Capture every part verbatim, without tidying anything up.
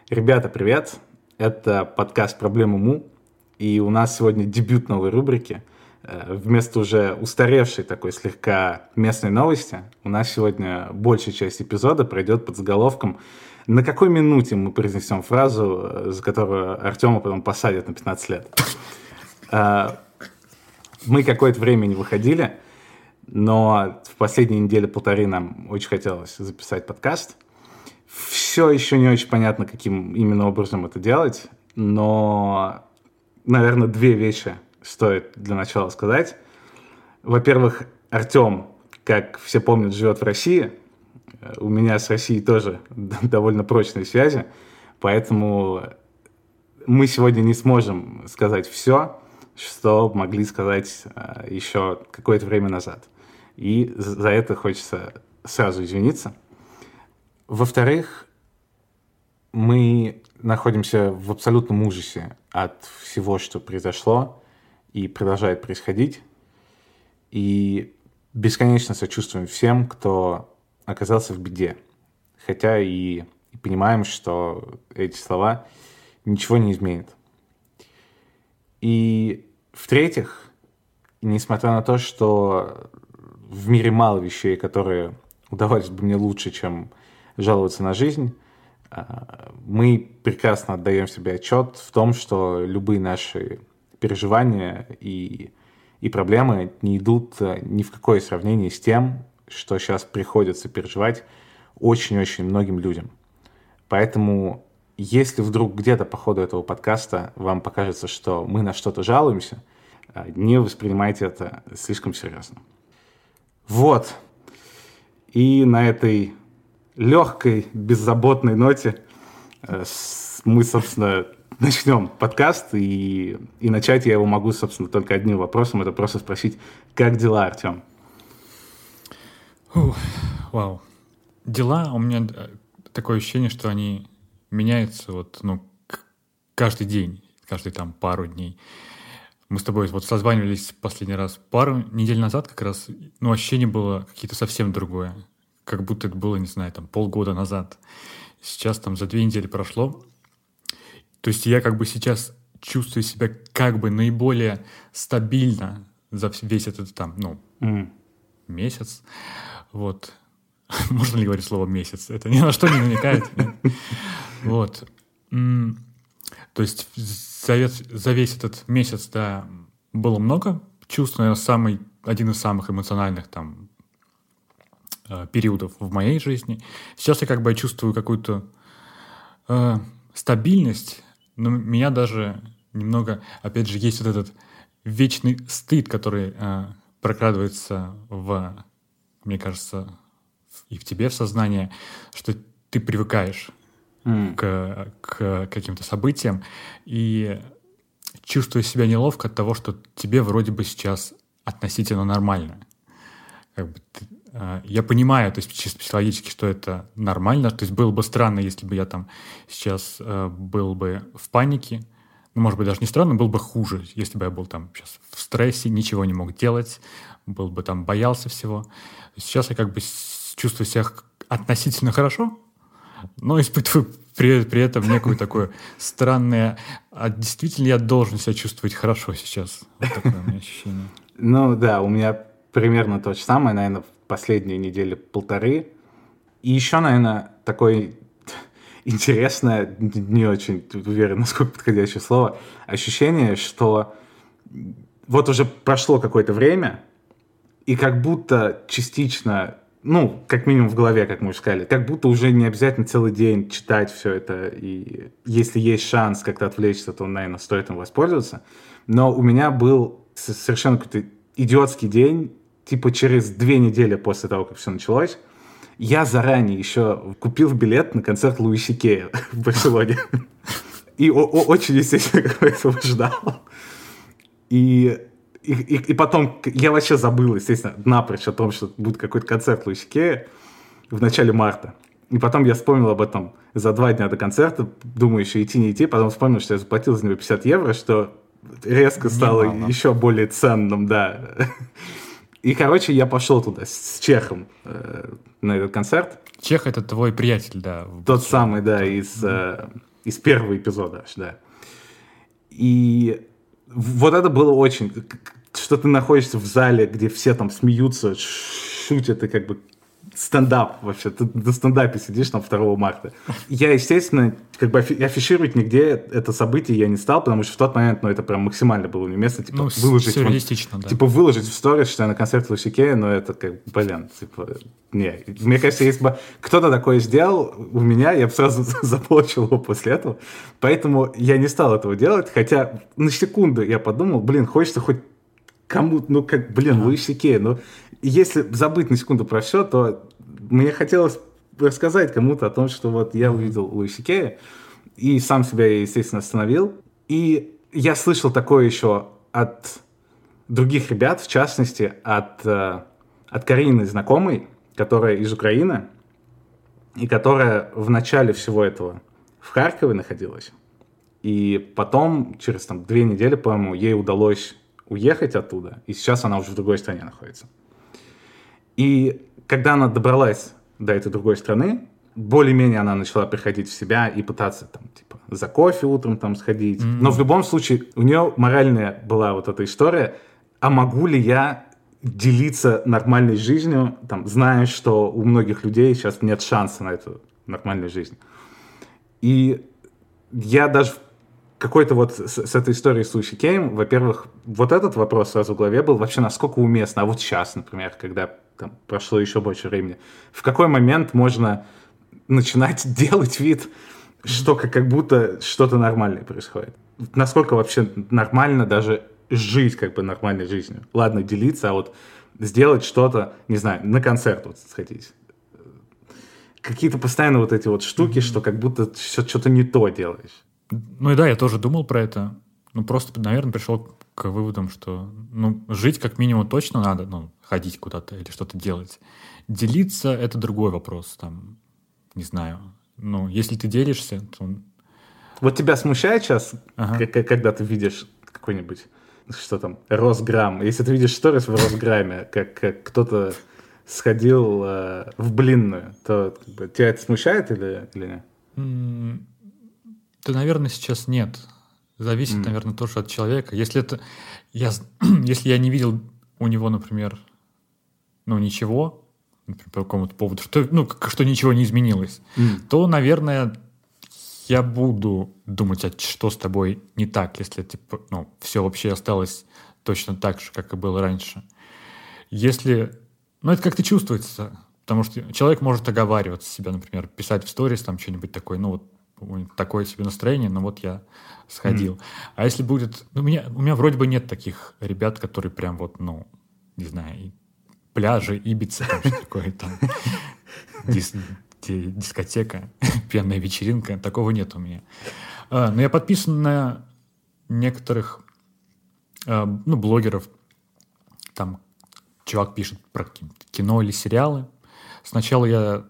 Ребята, привет! Это подкаст «Проблемы Му», и у нас сегодня дебют новой рубрики. Вместо уже устаревшей такой слегка местной новости у нас сегодня большая часть эпизода пройдет под заголовком «На какой минуте мы произнесем фразу, за которую Артема потом посадят на пятнадцать лет?» Мы какое-то время не выходили, но в последние недели полторы нам очень хотелось записать подкаст. Все еще не очень понятно, каким именно образом это делать, но, наверное, две вещи стоит для начала сказать. Во-первых, Артем, как все помнят, живет в России. У меня с Россией тоже довольно прочные связи, поэтому мы сегодня не сможем сказать все, что могли сказать еще какое-то время назад. И за это хочется сразу извиниться. Во-вторых, мы находимся в абсолютном ужасе от всего, что произошло и продолжает происходить. И бесконечно сочувствуем всем, кто оказался в беде. Хотя и, и понимаем, что эти слова ничего не изменят. И в-третьих, несмотря на то, что в мире мало вещей, которые удавались бы мне лучше, чем жаловаться на жизнь, мы прекрасно отдаем себе отчет в том, что любые наши переживания и, и проблемы не идут ни в какое сравнение с тем, что сейчас приходится переживать очень-очень многим людям. Поэтому, если вдруг где-то по ходу этого подкаста вам покажется, что мы на что-то жалуемся, не воспринимайте это слишком серьезно. Вот. И на этой легкой, беззаботной ноте мы, собственно, начнем подкаст, и, и начать я его могу, собственно, только одним вопросом. Это просто спросить, как дела, Артем? Фух, вау. Дела, у меня такое ощущение, что они меняются вот, ну, каждый день, каждый там пару дней. Мы с тобой вот созванивались последний раз пару недель назад как раз, ну, ощущение было какие-то совсем другое. Как будто это было, не знаю, там полгода назад. Сейчас там за две недели прошло. То есть я как бы сейчас чувствую себя как бы наиболее стабильно за весь этот там, ну, mm. месяц. Вот. Можно ли говорить слово «месяц»? Это ни на что не намекает. Вот. То есть за весь этот месяц, да, было много чувств, наверное, самый, один из самых эмоциональных там периодов в моей жизни. Сейчас я как бы чувствую какую-то э, стабильность, но меня даже немного, опять же, есть вот этот вечный стыд, который э, прокрадывается в, мне кажется, и в тебе в сознание, что ты привыкаешь mm. к, к каким-то событиям и чувствуешь себя неловко от того, что тебе вроде бы сейчас относительно нормально. Как бы ты, я понимаю, то есть чисто психологически, что это нормально. То есть было бы странно, если бы я там сейчас э, был бы в панике. Ну, может быть, даже не странно, было бы хуже, если бы я был там сейчас в стрессе, ничего не мог делать, был бы там, боялся всего. Сейчас я как бы чувствую себя относительно хорошо, но испытываю при, при этом некое такое странное... А действительно я должен себя чувствовать хорошо сейчас? Вот такое у меня ощущение. Ну да, у меня примерно то же самое, наверное, последние недели полторы. И еще, наверное, такое интересное, не очень уверен, насколько подходящее слово, ощущение, что вот уже прошло какое-то время, и как будто частично, ну, как минимум в голове, как мы уже сказали, как будто уже не обязательно целый день читать все это, и если есть шанс как-то отвлечься, то, наверное, стоит им воспользоваться. Но у меня был совершенно какой-то идиотский день, типа через две недели после того, как все началось, я заранее еще купил билет на концерт Луи Си Кея в Барселоне. И о- о- очень, естественно, как я этого ждал. И, и, и потом я вообще забыл, естественно, напрочь о том, что будет какой-то концерт Луи Си Кея в начале марта. И потом я вспомнил об этом за два дня до концерта, думаю, еще идти, не идти. Потом вспомнил, что я заплатил за него пятьдесят евро, что резко стало Немало. еще более ценным, да. И, короче, я пошел туда с чехом э, на этот концерт. Чех — это твой приятель, да? Тот самый, да, из, э, Из первого эпизода аж, да. И вот это было очень... Что ты находишься в зале, где все там смеются, шутят, и как бы стендап вообще. Ты на стендапе сидишь там второго марта. Я, естественно, как бы афишировать нигде это событие я не стал, потому что в тот момент, ну, это прям максимально было неуместно. Типа, ну, выложить, сюрреалистично, да. Типа, выложить в сторис, что я на концерт Луиси Кея, но это как, блин, типа, не. Мне кажется, если бы кто-то такое сделал у меня, я бы сразу заблочил его после этого. Поэтому я не стал этого делать, хотя на секунду я подумал, блин, хочется хоть кому, ну, как, блин, ага. Луиси Кей, ну, если забыть на секунду про все, то мне хотелось рассказать кому-то о том, что вот я увидел Луиси Кея, и сам себя, естественно, остановил. И я слышал такое еще от других ребят, в частности, от, от Карины знакомой, которая из Украины, и которая в начале всего этого в Харькове находилась. И потом, через там, две недели, по-моему, ей удалось уехать оттуда, и сейчас она уже в другой стране находится. И когда она добралась до этой другой страны, более-менее она начала приходить в себя и пытаться там, типа, за кофе утром там сходить. Mm-hmm. Но в любом случае у нее моральная была вот эта история, а могу ли я делиться нормальной жизнью, там, зная, что у многих людей сейчас нет шанса на эту нормальную жизнь. И я даже какой-то вот с, с этой историей с Луиси Кеем, во-первых, вот этот вопрос сразу в голове был, вообще насколько уместно, а вот сейчас, например, когда там, прошло еще больше времени, в какой момент можно начинать делать вид, что как, как будто что-то нормальное происходит. Насколько вообще нормально даже жить как бы нормальной жизнью. Ладно, делиться, а вот сделать что-то, не знаю, на концерт вот сходить. Какие-то постоянно вот эти вот штуки, mm-hmm. что как будто что-то не то делаешь. Ну и да, я тоже думал про это. Ну просто, наверное, пришел к выводам, что ну, жить как минимум точно надо, ну, ходить куда-то или что-то делать. Делиться — это другой вопрос, там, не знаю. Ну, если ты делишься, то... Вот тебя смущает сейчас, ага. к- когда ты видишь какой-нибудь, что там, Росграм, если ты видишь сторис в Росграме, как, как кто-то сходил э, в блинную, то как бы, тебя это смущает или, или нет? Mm, да, наверное, сейчас нет. Зависит, mm. наверное, тоже от человека. Если это... Я, если я не видел у него, например, ну, ничего, например, по какому-то поводу, что, ну, что ничего не изменилось, mm. то, наверное, я буду думать, а что с тобой не так, если типа, ну, все вообще осталось точно так же, как и было раньше. Если... Ну, это как-то чувствуется, потому что человек может оговариваться себя, например, писать в сторис там что-нибудь такое, ну, вот такое себе настроение, но вот я сходил. Mm. А если будет... Ну, у меня, у меня вроде бы нет таких ребят, которые прям вот, ну, не знаю, пляжи, Ибица, там что такое, там, дис, дискотека, пьяная вечеринка, такого нет у меня. А, но я подписан на некоторых, а, ну, блогеров, там, чувак пишет про кино или сериалы. Сначала я...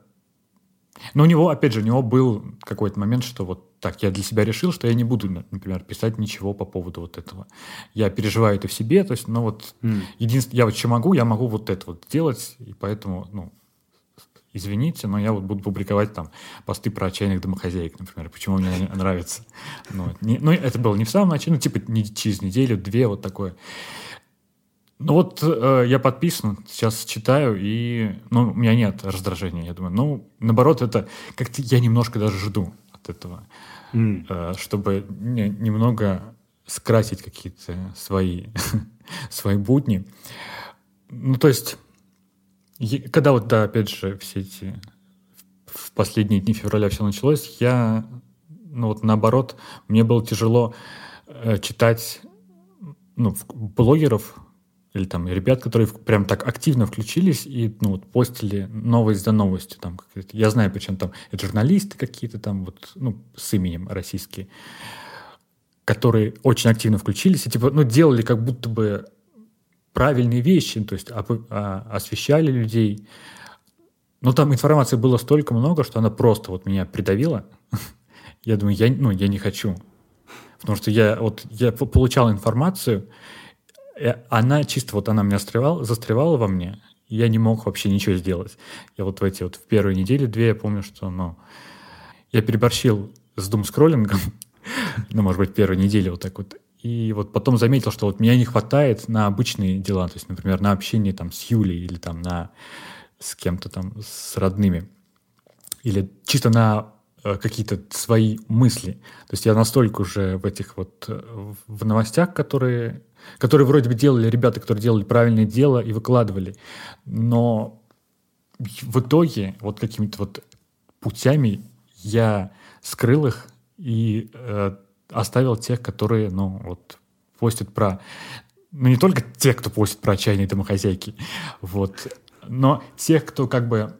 Но у него, опять же, у него был какой-то момент, что вот так, я для себя решил, что я не буду, например, писать ничего по поводу вот этого. Я переживаю это в себе, то есть, ну вот, mm. единственное, я вот что могу, я могу вот это вот делать, и поэтому, ну, извините, но я вот буду публиковать там посты про отчаянных домохозяек, например, почему мне нравится. Ну, не, ну, это было не в самом начале, ну, типа, не через неделю, две, вот такое. Ну вот э, я подписан, сейчас читаю, и ну, у меня нет раздражения. Я думаю, ну, наоборот, это как-то я немножко даже жду от этого, mm. э, чтобы не, немного скрасить какие-то свои, свои будни. Ну, то есть, когда вот, да, опять же, все эти в последние дни февраля все началось, я, ну вот наоборот, мне было тяжело э, читать ну, блогеров, или там ребят, которые прям так активно включились и ну, вот, постили новость за новостью. Там, я знаю, причем там это журналисты какие-то там вот, ну, с именем российские, которые очень активно включились и типа, ну, делали как будто бы правильные вещи, то есть оп- а, освещали людей. Но там информации было столько много, что она просто вот меня придавила. Я думаю, я, ну, я не хочу. Потому что я, вот, я получал информацию, она чисто вот она меня застревала, застревала во мне, и я не мог вообще ничего сделать. Я вот в эти вот в первые недели, две, я помню, что ну, я переборщил с думскроллингом, ну, может быть, первой недели вот так вот. И вот потом заметил, что вот меня не хватает на обычные дела, то есть, например, на общение там с Юлей или там на с кем-то там, с родными. Или чисто на э, какие-то свои мысли. То есть я настолько уже в этих вот э, в новостях, которые, которые вроде бы делали ребята, которые делали правильное дело и выкладывали. Но в итоге вот какими-то вот путями я скрыл их и э, оставил тех, которые, ну, вот, постят про... Ну, не только те, кто постит про отчаянные домохозяйки, вот, но тех, кто как бы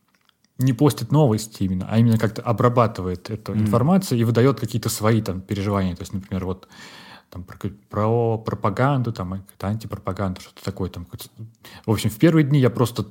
не постит новости именно, а именно как-то обрабатывает эту mm. информацию и выдает какие-то свои там переживания. То есть, например, вот там, про, про пропаганду, там, антипропаганду, что-то такое. Там, в общем, в первые дни я просто...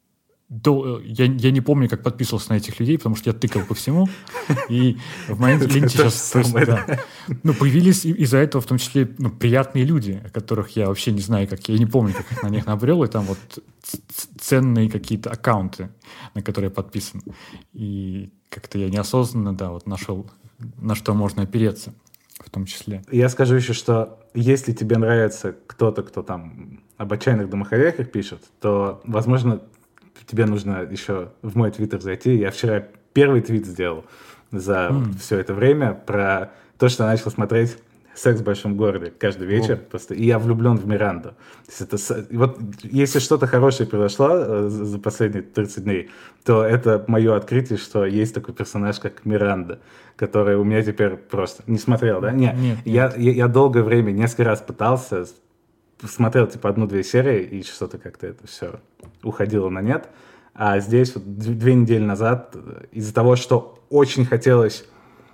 До, я, я не помню, как подписывался на этих людей, потому что я тыкал по всему. И в моей ленте сейчас да, ну, появились из-за этого в том числе ну, приятные люди, о которых я вообще не знаю, как я не помню, как я на них набрел. И там вот ценные какие-то аккаунты, на которые я подписан. И как-то я неосознанно, да, вот нашел, на что можно опереться в том числе. Я скажу еще, что если тебе нравится кто-то, кто там об отчаянных домохозяйках пишет, то, возможно, тебе нужно еще в мой твиттер зайти. Я вчера первый твит сделал за mm. все это время про то, что я начал смотреть «Секс в большом городе» каждый вечер. Oh. Просто, и я влюблен в Миранду. То есть это, вот, если что-то хорошее произошло за последние тридцать дней, то это мое открытие, что есть такой персонаж, как Миранда, который у меня теперь просто... Не смотрел, да? Нет. нет, я, нет. Я, я долгое время, несколько раз пытался... Смотрел, типа, одну-две серии, и что-то как-то это все уходило на нет. А здесь вот две недели назад, из-за того, что очень хотелось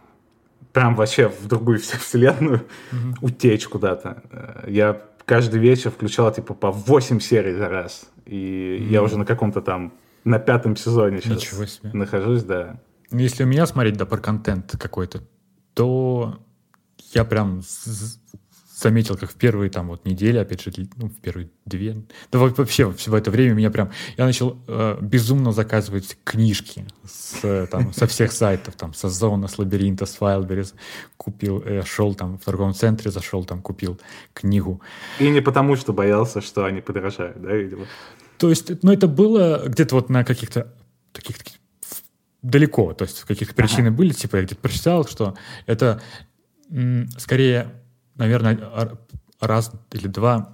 прям вообще в другую вселенную mm-hmm. утечь куда-то, я каждый вечер включал, типа, по восемь серий за раз. И mm-hmm. я уже на каком-то там, на пятом сезоне сейчас нахожусь, да. Если у меня смотреть, да, про контент какой-то, то я прям... заметил, как в первые там вот недели, опять же, ну, в первые две, да вообще в это время меня прям, я начал э, безумно заказывать книжки с, там, со всех сайтов, там, с Озона, с Лабиринта, с Wildberries, купил, э, шел там в торговом центре, зашел там, купил книгу. И не потому, что боялся, что они подорожают, да, видимо? То есть, ну, это было где-то вот на каких-то таких, таких далеко, то есть каких-то ага. причины были, типа я где-то прочитал, что это м, скорее... наверное, раз или два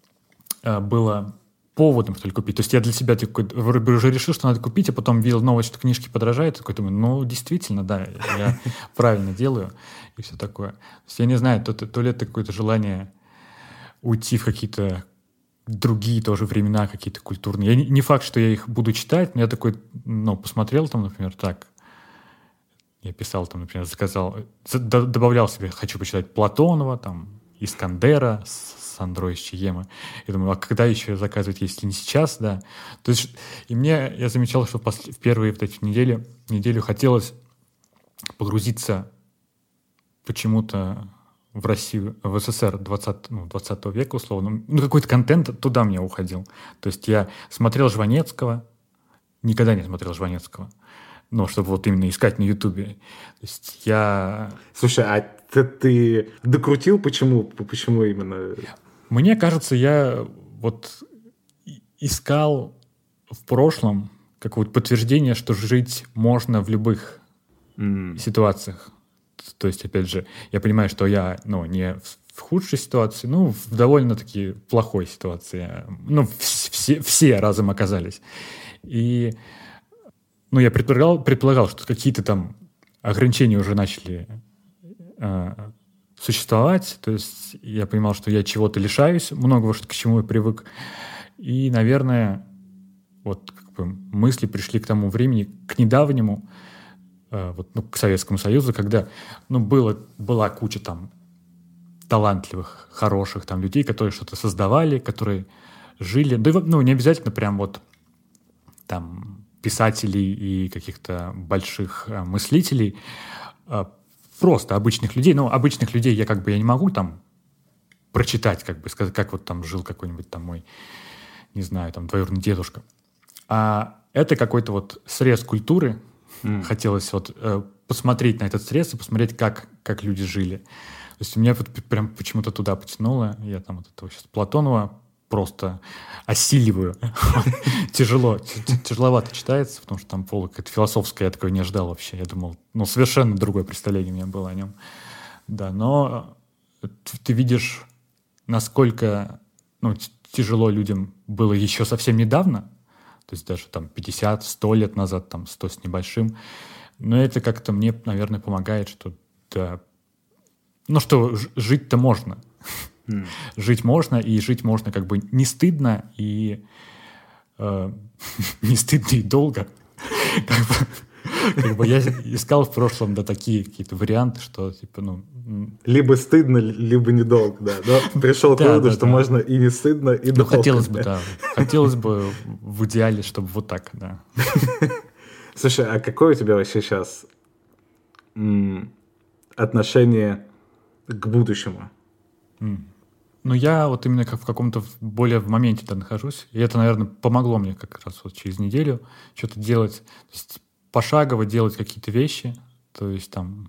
было поводом, что ли, купить. То есть я для себя такой, уже решил, что надо купить, а потом видел новость, что книжки подорожают, такой думаю, ну, действительно, да, я правильно делаю, и все такое. То есть я не знаю, то, то ли это какое-то желание уйти в какие-то другие тоже времена, какие-то культурные. Я не, не факт, что я их буду читать, но я такой, ну, посмотрел там, например, так, я писал там, например, заказал, добавлял себе, хочу почитать Платонова, там, Искандера с Андро Исчиемы. Я думаю, а когда еще заказывать, если не сейчас, да? То есть, и мне, я замечал, что в первые вот эти недели, неделю хотелось погрузиться почему-то в Россию, в СССР двадцатого, ну, двадцатого века, условно. Ну, какой-то контент туда мне уходил. То есть я смотрел Жванецкого, никогда не смотрел Жванецкого. Ну, чтобы вот именно искать на Ютубе. То есть я... Слушай, а ты, ты докрутил? Почему? Почему именно? Мне кажется, я вот искал в прошлом какое-то подтверждение, что жить можно в любых mm. ситуациях. То есть, опять же, я понимаю, что я, ну, не в худшей ситуации, ну, в довольно-таки плохой ситуации. Ну, все, все разом оказались. И... Ну, я предполагал, предполагал, что какие-то там ограничения уже начали э, существовать. То есть я понимал, что я чего-то лишаюсь, многого, что, к чему я привык. И, наверное, вот как бы мысли пришли к тому времени, к недавнему, э, вот, ну, к Советскому Союзу, когда ну, было, была куча там талантливых, хороших там людей, которые что-то создавали, которые жили. Да, ну, не обязательно прям вот там... писателей и каких-то больших э, мыслителей, э, просто обычных людей. Ну, обычных людей я как бы я не могу там прочитать, как бы сказать, как вот там жил какой-нибудь там мой, не знаю, там двоюродный дедушка. А это какой-то вот срез культуры. Mm. Хотелось вот э, посмотреть на этот стресс и посмотреть, как, как люди жили. То есть меня вот прям почему-то туда потянуло. Я там вот этого сейчас Платонова просто осиливаю. Тяжело, тяжеловато читается, потому что там полок это философское, я такое не ожидал вообще. Я думал, ну, совершенно другое представление у меня было о нем. Да, но ты видишь, насколько ну, тяжело людям было еще совсем недавно, то есть даже там пятьдесят сто лет назад, там сто с небольшим. Но это как-то мне, наверное, помогает, что да, ну что, жить-то можно. Mm. Жить можно, и жить можно как бы не стыдно, и э, не стыдно и долго. как, бы, как бы я искал в прошлом да, такие какие-то варианты, что типа, ну... Либо стыдно, либо недолго, да. Но пришел к выводу, что можно и не стыдно, и долго. Ну, хотелось бы, да. Хотелось бы в идеале, чтобы вот так, да. Слушай, а какое у тебя вообще сейчас отношение к будущему? Mm. Ну, я вот именно как в каком-то более в моменте да, нахожусь. И это, наверное, помогло мне как раз вот через неделю что-то делать. То есть пошагово делать какие-то вещи. То есть там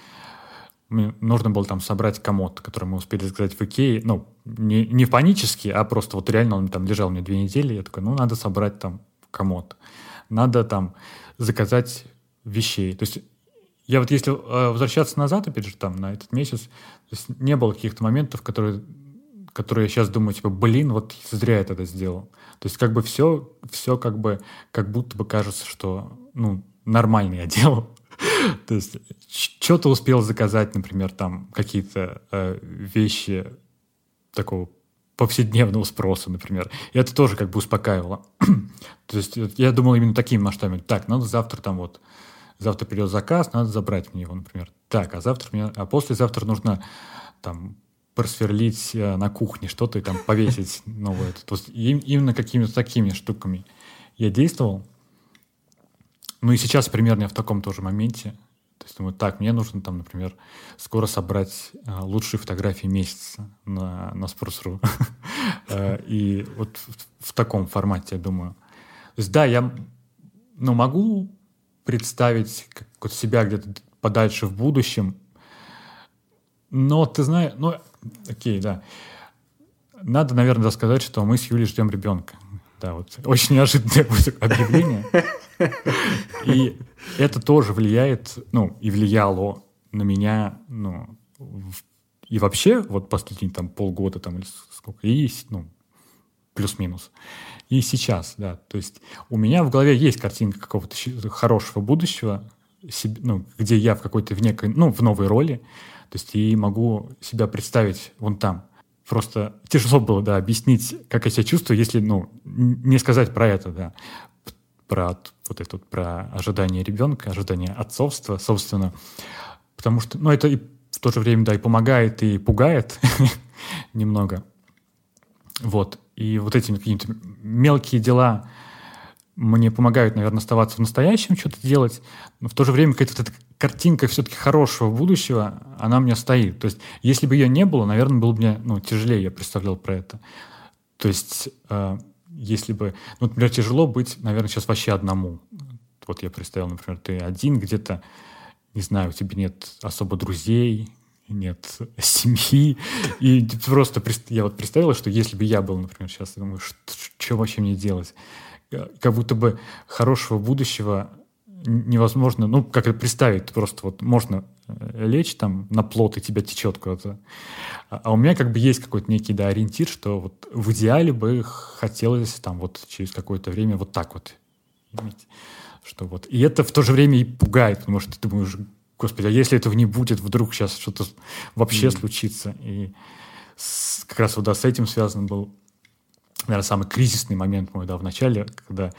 мне нужно было там собрать комод, который мы успели заказать в Икее. Ну, не, не панически, а просто вот реально он там лежал мне две недели. Я такой, ну, надо собрать там комод. Надо там заказать вещей. То есть я вот если э, возвращаться назад, опять же, там, на этот месяц, то есть не было каких-то моментов, которые, которые я сейчас думаю, типа, блин, вот зря я это сделал. То есть как бы все, все как бы, как будто бы кажется, что, ну, нормально я делал. То есть что-то успел заказать, например, там, какие-то э, вещи такого повседневного спроса, например. И это тоже как бы успокаивало. То есть я думал именно такими масштабами. Так, надо завтра там вот завтра придет заказ, надо забрать мне его, например. Так, а завтра мне, а послезавтра нужно там просверлить э, на кухне что-то и там повесить новое. То есть им, именно какими-то такими штуками я действовал. Ну и сейчас примерно я в таком тоже моменте. То есть думаю, так, мне нужно там, например, скоро собрать э, лучшие фотографии месяца на, на Спрос.ру. И вот в таком формате, я думаю. То есть да, я ну, могу представить как вот себя где-то подальше в будущем. Но ты знаешь, ну, окей, да. Надо, наверное, сказать, что мы с Юлей ждем ребенка. Да, вот очень неожиданное будет объявление. И это тоже влияет, ну, и влияло на меня, ну, и вообще, вот последние там полгода там или сколько, и, ну, плюс-минус. И сейчас, да. То есть у меня в голове есть картинка какого-то хорошего будущего, ну, где я в какой-то в некой, ну, в новой роли, то есть и могу себя представить вон там. Просто тяжело было, да, объяснить, как я себя чувствую, если, ну, не сказать про это, да, про вот это вот, про ожидание ребенка, ожидание отцовства, собственно, потому что, ну, это и в то же время, да, и помогает, и пугает немного. Вот. И вот эти какие-то мелкие дела мне помогают, наверное, оставаться в настоящем, что-то делать, но в то же время какая-то вот эта картинка все-таки хорошего будущего, она у меня стоит. То есть если бы ее не было, наверное, было бы мне ну, тяжелее, я представлял про это. То есть э, если бы... Ну, например, тяжело быть, наверное, сейчас вообще одному. Вот я представил, например, ты один где-то, не знаю, у тебя нет особо друзей, нет семьи. И просто я вот представила, что если бы я был, например, сейчас, я думаю, что вообще мне делать? Как будто бы хорошего будущего невозможно, ну, как это представить, просто вот можно лечь там на плот, и тебя течет куда-то. А у меня как бы есть какой-то некий, да, ориентир, что вот в идеале бы хотелось там вот через какое-то время вот так вот иметь. Что вот. И это в то же время и пугает, потому что ты думаешь, господи, а если этого не будет, вдруг сейчас что-то вообще mm. случится. И с, как раз вот да, с этим связан был, наверное, самый кризисный момент мой, да, в начале, когда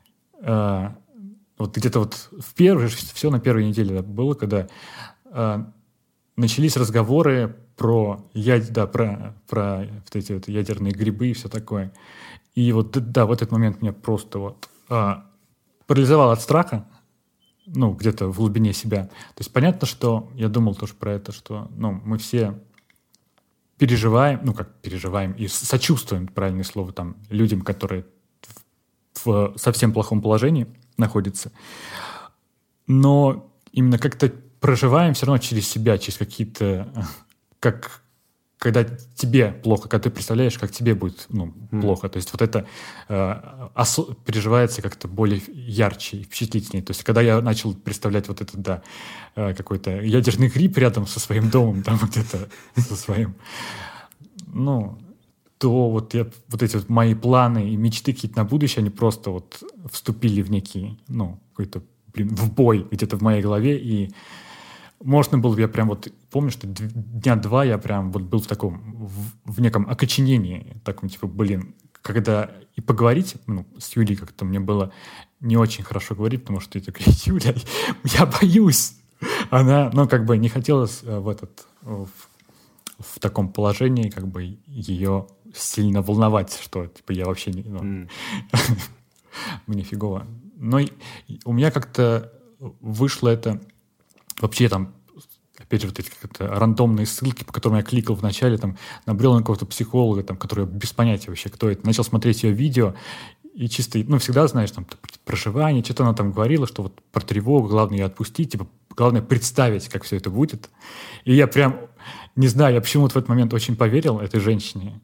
э, вот где-то вот в первый, все на первой неделе да, было, когда э, начались разговоры про, яд, да, про, про вот эти вот ядерные грибы и все такое. И вот, да, в этот момент меня просто вот э, парализовало от страха, ну, где-то в глубине себя. То есть понятно, что я думал тоже про это, что, ну, мы все переживаем, ну, как переживаем, и сочувствуем, правильное слово, там, людям, которые в, в совсем плохом положении находятся. Но именно как-то проживаем все равно через себя, через какие-то... Как когда тебе плохо, когда ты представляешь, как тебе будет ну, mm. плохо. То есть вот это э, осо- переживается как-то более ярче и впечатлительнее. То есть когда я начал представлять вот это, да, э, какой-то ядерный гриб рядом со своим домом, там вот это, со своим... Ну, то вот, я, вот эти вот мои планы и мечты какие-то на будущее, они просто вот вступили в некий, ну, какой-то, блин, в бой где-то в моей голове, и можно было, я прям вот помню, что дня два я прям вот был в таком, в, в неком окоченении, таком, типа, блин, когда и поговорить, ну, с Юлей как-то мне было не очень хорошо говорить, потому что я такой, Юля, я боюсь. Она, ну, как бы не хотелось в этот, в, в таком положении, как бы ее сильно волновать, что, типа, я вообще не, ну, mm. мне фигово. Но у меня как-то вышло это. Вообще там, опять же, вот эти как-то рандомные ссылки, по которым я кликал вначале, там, набрел на какого-то психолога, там, который без понятия вообще, кто это. Начал смотреть ее видео, и чисто, ну, всегда, знаешь, там, проживание, что-то она там говорила, что вот про тревогу, главное ее отпустить, типа, главное представить, как все это будет. И я прям, не знаю, я почему-то в этот момент очень поверил этой женщине,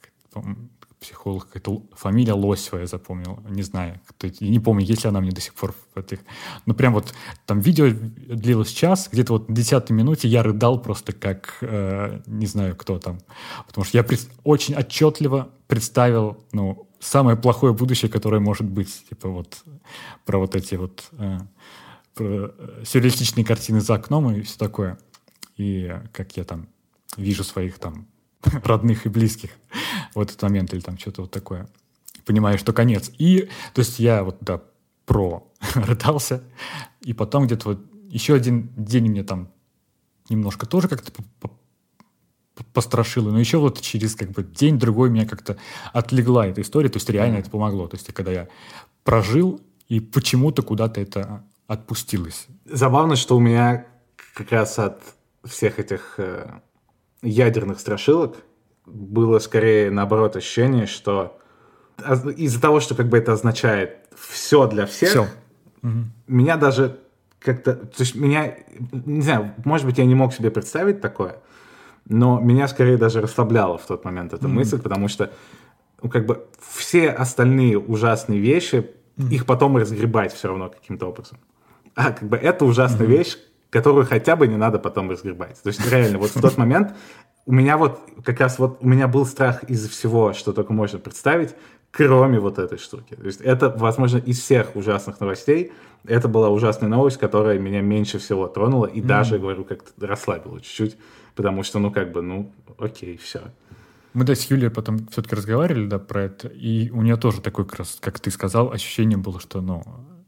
психолог, какая-то фамилия Лосева, я запомнил, не знаю, кто, не помню, есть ли она мне до сих пор в этих... Ну, прям вот там видео длилось час, где-то вот на десятой минуте я рыдал просто как, э, не знаю, кто там, потому что я пред... очень отчетливо представил, ну, самое плохое будущее, которое может быть, типа вот про вот эти вот э, про сюрреалистичные картины за окном и все такое, и как я там вижу своих там родных и близких в этот момент или там что-то вот такое. Понимаю, что конец. И, то есть я вот, да, про рыдался, и потом где-то вот еще один день мне там немножко тоже как-то пострашило, но еще вот через как бы день-другой меня как-то отлегла эта история, то есть реально mm-hmm. это помогло. То есть когда я прожил, и почему-то куда-то это отпустилось. Забавно, что у меня как раз от всех этих... Э... ядерных страшилок было скорее наоборот ощущение, что из-за того, что как бы это означает все для всех, все. Меня даже как-то, то есть меня, не знаю, может быть, я не мог себе представить такое, но меня скорее даже расслабляло в тот момент эта mm-hmm. мысль, потому что ну, как бы все остальные ужасные вещи, mm-hmm. их потом разгребать все равно каким-то образом. А как бы это ужасная mm-hmm. вещь, которую хотя бы не надо потом разгребать. То есть реально, вот в тот момент у меня вот как раз вот у меня был страх из-за всего, что только можно представить, кроме вот этой штуки. То есть это, возможно, из всех ужасных новостей, это была ужасная новость, которая меня меньше всего тронула и mm-hmm. даже, говорю, как-то расслабила чуть-чуть, потому что, ну, как бы, ну, окей, все. Мы, да, с Юлей потом все-таки разговаривали, да, про это, и у нее тоже такое, как раз, как ты сказал, ощущение было, что, ну,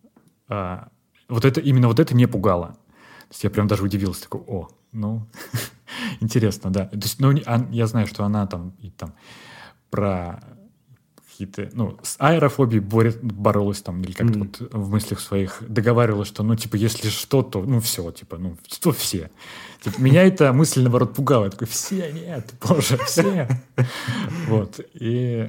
а, вот это, именно вот это не пугало. То есть я прям даже удивился, такой, о, ну, интересно, да. То есть, ну, я знаю, что она там, и там про какие-то, ну, с аэрофобией борет, боролась там, или как-то mm. вот в мыслях своих договаривалась, что, ну, типа, если что, то, ну, все, типа, ну, что все. Типа, меня эта мысль, наоборот, пугала. Я такой, все, нет, боже, все. Вот, и,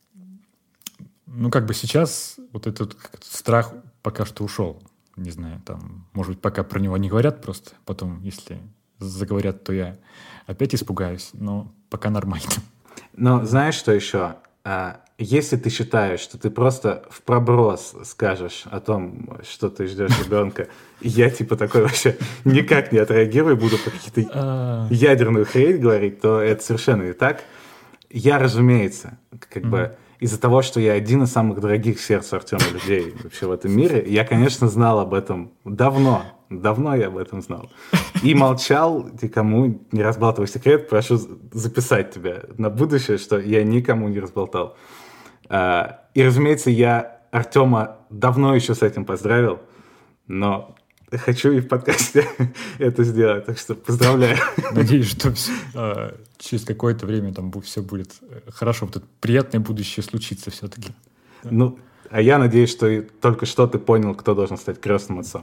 ну, как бы сейчас вот этот страх пока что ушел. Не знаю, там, может быть, пока про него не говорят просто. Потом, если заговорят, то я опять испугаюсь. Но пока нормально. Но знаешь, что еще? А, если ты считаешь, что ты просто в проброс скажешь о том, что ты ждешь ребенка, и я типа такой вообще никак не отреагирую, буду по какие-то ядерную хрень говорить, то это совершенно не так. Я, разумеется, как бы... Из-за того, что я один из самых дорогих сердцу Артема людей вообще в этом мире, я, конечно, знал об этом давно. Давно я об этом знал. И молчал, никому не разбалтывай секрет. Прошу записать тебя на будущее, что я никому не разболтал. И, разумеется, я Артема давно еще с этим поздравил, но хочу и в подкасте это сделать, так что поздравляю. Надеюсь, что э, через какое-то время там все будет хорошо, вот это приятное будущее случится все-таки. Ну, а я надеюсь, что только что ты понял, кто должен стать крестным отцом.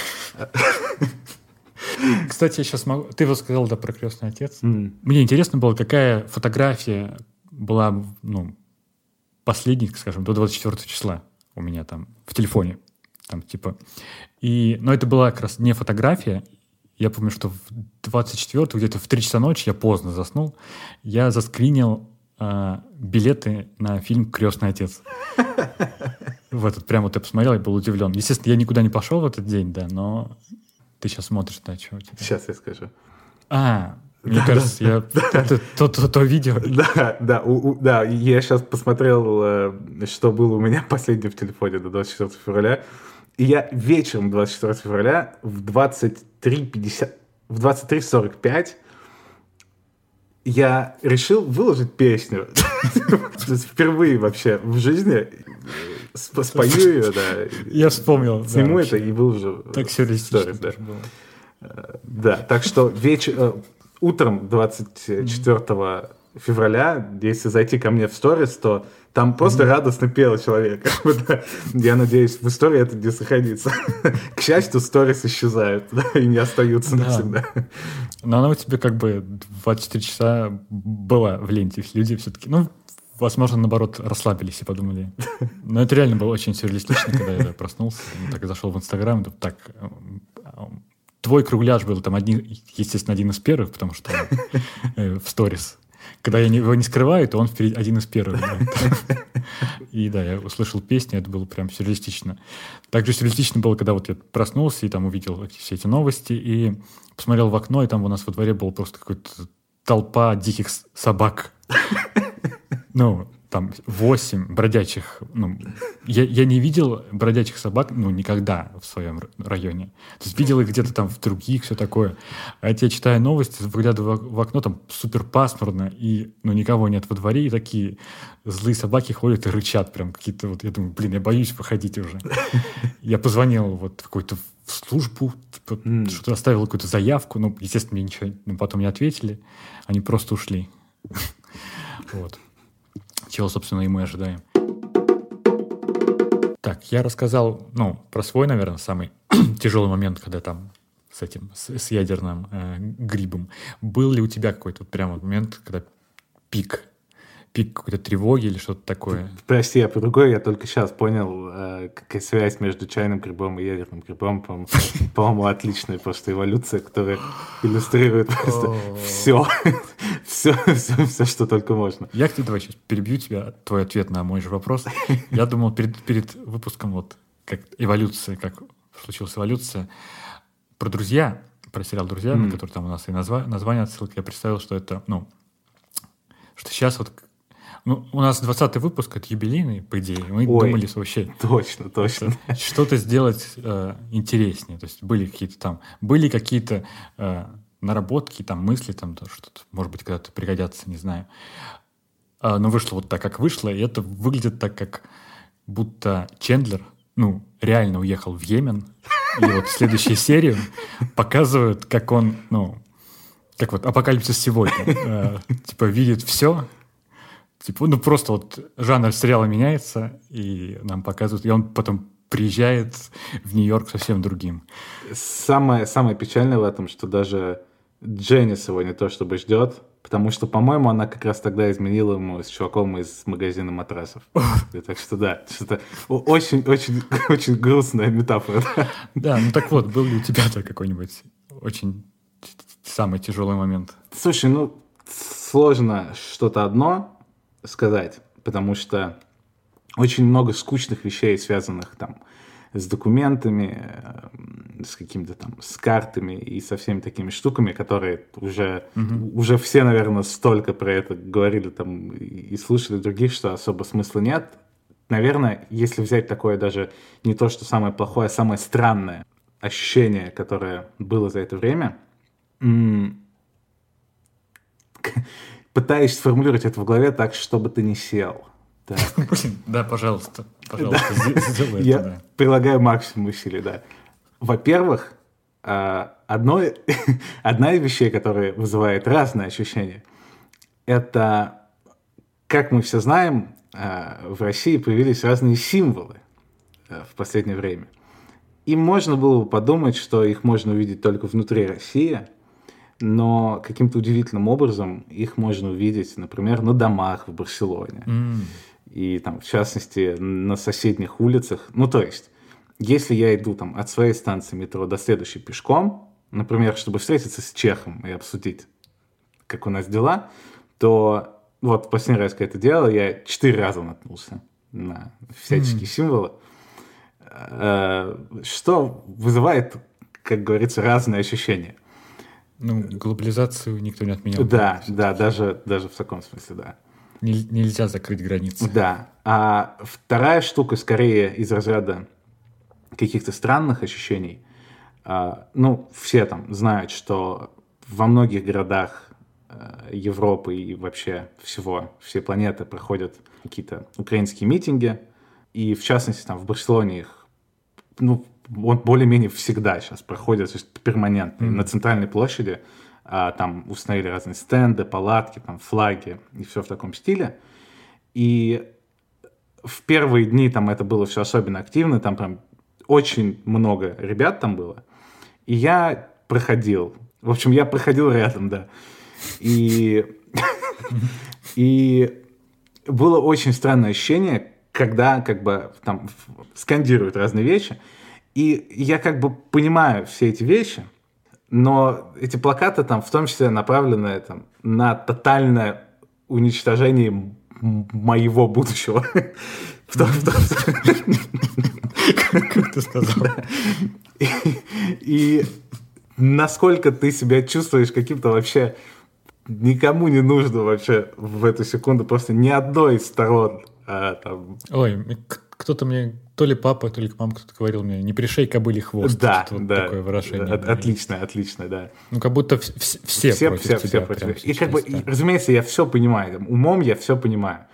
Кстати, я сейчас могу... Ты вот сказал, да, про крестный отец. Mm. Мне интересно было, какая фотография была, ну, последней, скажем, до двадцать четвёртого числа у меня там в телефоне. там, типа. И, но это была как раз не фотография. Я помню, что в двадцать четвёртого, где-то в три часа ночи, я поздно заснул, я заскринил э, билеты на фильм «Крестный отец». В этот прям вот я посмотрел, я был удивлен. Естественно, я никуда не пошел в этот день, да, но ты сейчас смотришь, да, чего у тебя? Сейчас я скажу. А, мне да, кажется, да, я да. Это, то, то, то видео. Да, да, у, у, да, я сейчас посмотрел, что было у меня последнее в телефоне до двадцать четвёртого февраля, и я вечером двадцать четвёртого февраля в двадцать три пятьдесят, в двадцать три сорок пять я решил выложить песню. Впервые вообще в жизни спою ее, да. Я вспомнил. Сниму это и выложу. Так сюрреалистично было. Да, так что вечер, утром двадцать четвёртого февраля, если зайти ко мне в сторис, то там просто mm-hmm. радостно пел человек. Я надеюсь, в истории это не сохранится. К счастью, сторис исчезают, да, и не остаются да. навсегда. Но она у тебя как бы двадцать четыре часа была в ленте. Люди все-таки, ну, возможно, наоборот, расслабились и подумали. Но это реально было очень сюрреалистично, когда я проснулся, так зашел в Инстаграм, и так... Твой кругляш был там, один, естественно, один из первых, потому что э, в сторис. Когда я его не скрываю, то он впереди, один из первых. Да. И да, я услышал песню, это было прям сюрреалистично. Также сюрреалистично было, когда вот я проснулся и там увидел все эти новости, и посмотрел в окно, и там у нас во дворе была просто какая-то толпа диких собак. Ну, там восемь бродячих, ну, я, я не видел бродячих собак, ну, никогда в своем районе. То есть видел их где-то там в других, все такое. А я читаю новости, выглядываю в окно, там супер пасмурно, и, ну, никого нет во дворе, и такие злые собаки ходят и рычат прям какие-то, вот, я думаю, блин, я боюсь выходить уже. Я позвонил вот в какую-то службу, типа, mm. что-то оставил какую-то заявку, ну, естественно, мне ничего ну, потом не ответили, они просто ушли. Вот. Чего, собственно, и мы ожидаем. Так, я рассказал, ну, про свой, наверное, самый тяжелый момент, когда там с этим, с, с ядерным э, грибом. Был ли у тебя какой-то вот прям вот момент, когда пик, пик какой-то тревоги или что-то такое? Прости, я по-другому, я только сейчас понял, э, какая связь между чайным грибом и ядерным грибом. По-моему, по-моему отличная просто эволюция, которая иллюстрирует просто все, все, все, все, что только можно. Я, кстати, давай сейчас перебью тебя, твой ответ на мой же вопрос. Я думал перед, перед выпуском, вот, как эволюция, как случилась эволюция, про «Друзья», про сериал «Друзья», mm. который там у нас и назва- название отсылка, я представил, что это, ну, что сейчас вот ну, у нас двадцатый выпуск, это юбилейный, по идее. Мы Ой, думали вообще... Точно, точно. Что-то сделать э, интереснее. То есть были какие-то там... Были какие-то э, наработки, там, мысли, там, что-то, может быть, когда-то пригодятся, не знаю. А, но вышло вот так, как вышло, и это выглядит так, как будто Чендлер, ну, реально уехал в Йемен, и вот в следующей серии показывают, как он, ну, как вот апокалипсис сегодня, э, типа, видит все. Типа, ну, просто вот жанр сериала меняется, и нам показывают, и он потом приезжает в Нью-Йорк совсем другим. Самое, самое печальное в этом, что даже Дженнис его не то чтобы ждет, потому что, по-моему, она как раз тогда изменила ему с чуваком из магазина матрасов. Так что да, что-то очень-очень грустная метафора. Да, ну так вот, был ли у тебя-то какой-нибудь очень самый тяжелый момент? Слушай, ну, сложно что-то одно сказать, потому что очень много скучных вещей, связанных там с документами, с какими-то там, с картами и со всеми такими штуками, которые уже, mm-hmm. уже все, наверное, столько про это говорили там и слышали других, что особо смысла нет. Наверное, если взять такое даже не то, что самое плохое, а самое странное ощущение, которое было за это время, м- пытаюсь сформулировать это в голове так, чтобы ты не сел. Да, да, пожалуйста. Пожалуйста, сделай это. Я прилагаю максимум усилий, да. Во-первых, одно, одна из вещей, которая вызывает разные ощущения, это, как мы все знаем, в России появились разные символы в последнее время. И можно было бы подумать, что их можно увидеть только внутри России, но каким-то удивительным образом их можно увидеть, например, на домах в Барселоне. Mm. И там, в частности, на соседних улицах. Ну, то есть, если я иду там от своей станции метро до следующей пешком, например, чтобы встретиться с чехом и обсудить, как у нас дела, то вот последний раз, когда это делал, я четыре раза наткнулся на всяческие mm. символы, что вызывает, как говорится, разные ощущения. Ну, глобализацию никто не отменял. Да, да, даже, даже в таком смысле, да. Нельзя закрыть границы. Да. А вторая штука, скорее, из разряда каких-то странных ощущений. Ну, все там знают, что во многих городах Европы и вообще всего, всей планеты проходят какие-то украинские митинги. И, в частности, там в Барселоне их, ну, он более-менее всегда сейчас проходит, то есть перманентно. Mm-hmm. На центральной площади а, там установили разные стенды, палатки, там флаги и все в таком стиле. И в первые дни там это было все особенно активно, там прям очень много ребят там было. И я проходил. В общем, я проходил рядом, да. И, и было очень странное ощущение, когда как бы там скандируют разные вещи. И я как бы понимаю все эти вещи, но эти плакаты там в том числе направлены там, на тотальное уничтожение моего будущего. Как ты сказал? И насколько ты себя чувствуешь каким-то вообще никому не нужно вообще в эту секунду, просто ни одной из сторон. А, там... Ой, кто-то мне, то ли папа, то ли мама кто-то говорил мне, не пришей кобыле хвост. Да, вот да. Такое выражение. От, отлично, отлично, да. Ну, как будто в- все, все, все против все, тебя. Все против тебя. И сейчас, как бы, да. и, разумеется, я все понимаю. Там, умом я все понимаю.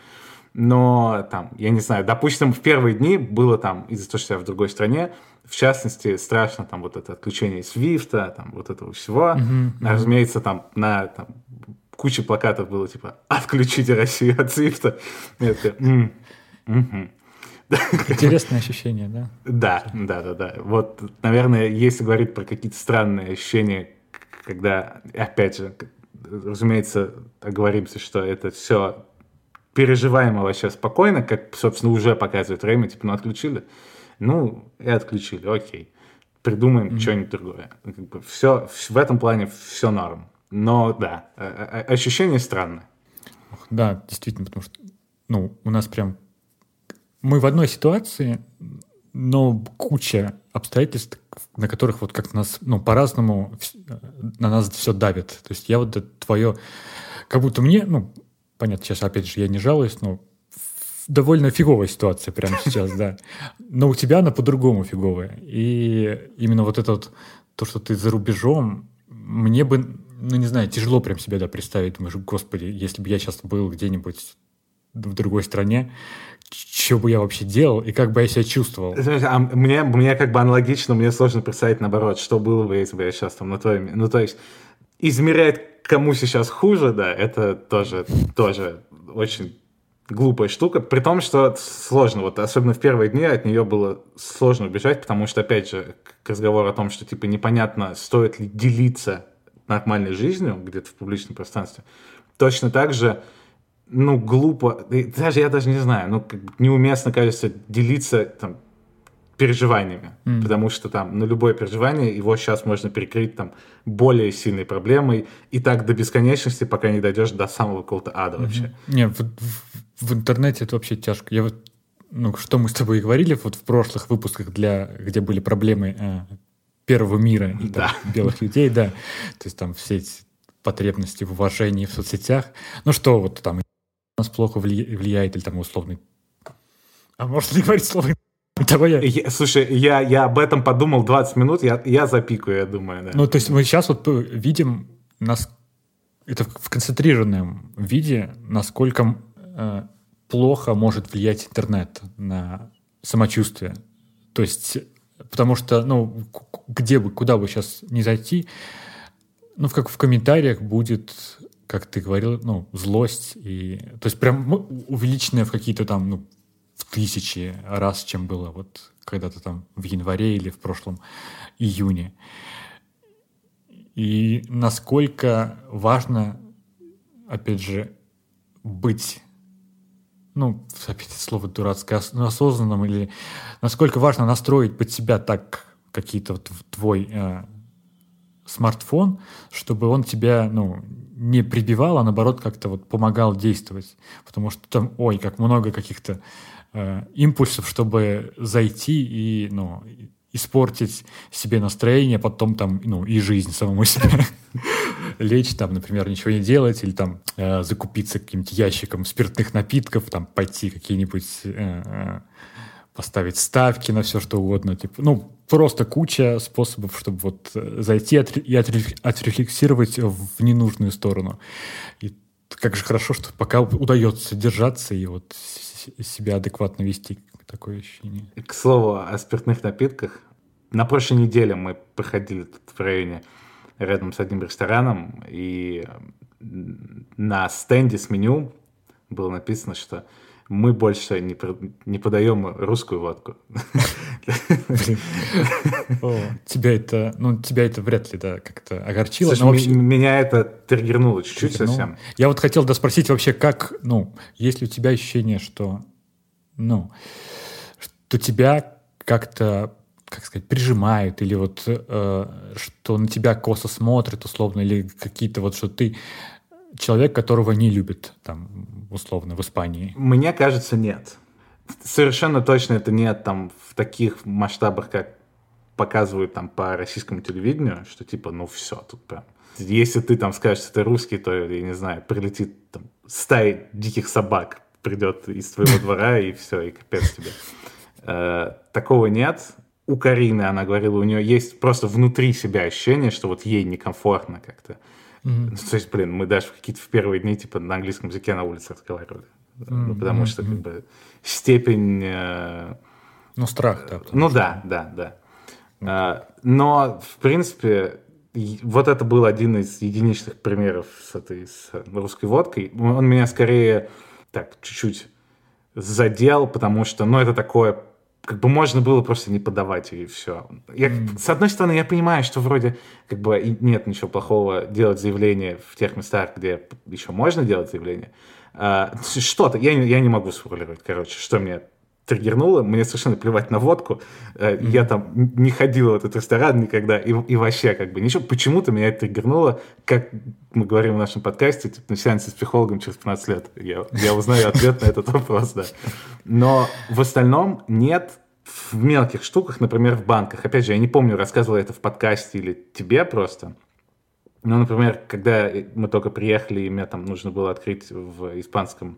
Но там, я не знаю, допустим, в первые дни было там, из-за того, что я в другой стране, в частности, страшно там вот это отключение свифта, там вот этого всего. Uh-huh, uh-huh. Разумеется, там на там, куче плакатов было типа «Отключите Россию от свифта». Это... Mm, mm-hmm. Интересное ощущение, да? Да, да, да, да. Вот, наверное, если говорить про какие-то странные ощущения, когда, опять же, разумеется, оговоримся, что это все переживаемо вообще спокойно, как, собственно, уже показывает время, типа, ну, отключили, ну, и отключили, окей, придумаем mm-hmm. что-нибудь другое. Как бы все, в этом плане все норм. Но, да, ощущение странное. Да, действительно, потому что, ну, у нас прям мы в одной ситуации, но куча обстоятельств, на которых вот как нас, ну, по-разному на нас все давит. То есть я вот это твое... Как будто мне, ну, понятно, сейчас, опять же, я не жалуюсь, но довольно фиговая ситуация прямо сейчас, да. Но у тебя она по-другому фиговая. И именно вот это вот, то, что ты за рубежом, мне бы, ну, не знаю, тяжело прям себя, да, представить. Думаешь, господи, если бы я сейчас был где-нибудь в другой стране, что бы я вообще делал и как бы я себя чувствовал. А мне, мне как бы аналогично, мне сложно представить наоборот, что было бы, если бы я сейчас там на твоем... Ну, то есть, измерять, кому сейчас хуже, да, это тоже, тоже очень глупая штука, при том, что сложно, вот особенно в первые дни от нее было сложно убежать, потому что, опять же, к разговору о том, что, типа, непонятно, стоит ли делиться нормальной жизнью где-то в публичном пространстве, точно так же ну, глупо, даже я даже не знаю, ну, как бы неуместно, кажется, делиться там переживаниями, mm. потому что там на любое переживание его сейчас можно перекрыть там более сильной проблемой и так до бесконечности, пока не дойдешь до самого какого-то ада mm-hmm. вообще. Не, в, в, в интернете это вообще тяжко. Я вот, ну, что мы с тобой и говорили вот в прошлых выпусках, для, где были проблемы э, первого мира и да. там, белых людей, да, то есть там все эти потребности в уважении в соцсетях, ну что вот там нас плохо влияет, или там условный... А можно не говорить слово? Давай я... я... Слушай, я, я об этом подумал двадцать минут, я, я запикаю, я думаю, да. Ну, то есть мы сейчас вот видим, нас... это в концентрированном виде, насколько э, плохо может влиять интернет на самочувствие. То есть, потому что, ну, где бы, куда бы сейчас не зайти, ну, как в комментариях будет... как ты говорил, ну, злость, и, то есть прям увеличенная в какие-то там, ну, в тысячи раз, чем было вот когда-то там в январе или в прошлом июне. И насколько важно, опять же, быть, ну, опять слово дурацкое, ос- ну, осознанным, или насколько важно настроить под себя так какие-то вот в твой э, смартфон, чтобы он тебя, ну, не прибивал, а наоборот как-то вот помогал действовать. Потому что там, ой, как много каких-то э, импульсов, чтобы зайти и, ну, испортить себе настроение, потом там, ну, и жизнь самому себе. Лечь там, например, ничего не делать, или там э, закупиться каким-то ящиком спиртных напитков, там пойти какие-нибудь э, э, поставить ставки на все, что угодно. Типа, ну, просто куча способов, чтобы вот э, зайти отре- и отре- отрефлексировать в ненужную сторону. И как же хорошо, что пока удается держаться и вот с- с- себя адекватно вести. Такое ощущение. К слову о спиртных напитках. На прошлой неделе мы проходили тут в районе рядом с одним рестораном, и на стенде с меню было написано, что мы больше не, про- не подаем русскую водку. О, тебя это, ну, тебя это вряд ли, да, как-то огорчило. Слушай, но м- вообще- меня это триггернуло чуть-чуть Ну, совсем. я вот хотел доспросить вообще, как, ну, есть ли у тебя ощущение, что, ну, что тебя как-то, как сказать, прижимают, или вот, э, что на тебя косо смотрят, условно, или какие-то вот, что ты человек, которого не любят, там, условно, в Испании. Мне кажется, нет. Совершенно точно это нет там в таких масштабах, как показывают там по российскому телевидению, что типа, ну все, тут прям. Если ты там скажешь, что ты русский, то, я не знаю, прилетит там стая диких собак, придет из твоего двора, и все, и капец тебе. Э, Такого нет. У Карины, она говорила, у нее есть просто внутри себя ощущение, что вот ей некомфортно как-то. Мгм. Ну, то есть, блин, мы даже в какие-то в первые дни типа на английском языке на улице разговаривали. Ну, потому что как бы степень... э, Ну, страх, да. потому Ну что- да, да, да. А, Но, в принципе, и вот это был один из единичных примеров с этой с русской водкой. Он меня скорее так чуть-чуть задел, потому что, ну, это такое, как бы можно было просто не подавать ее, и все. Я, С одной стороны, я понимаю, что вроде как бы и нет ничего плохого делать заявление в тех местах, где еще можно делать заявление. А, что-то, я, не- я не могу сформулировать, короче, что мне триггернуло, мне совершенно плевать на водку, Э, я там не ходил в этот ресторан никогда, и, и вообще как бы ничего, почему-то меня это триггернуло, как мы говорим в нашем подкасте, типа, на сеансе с психологом через пятнадцать лет, я, я узнаю ответ на этот вопрос, да. Но в остальном нет в мелких штуках, например, в банках, опять же, я не помню, рассказывал я это в подкасте или тебе просто, ну, например, когда мы только приехали, и мне там нужно было открыть в испанском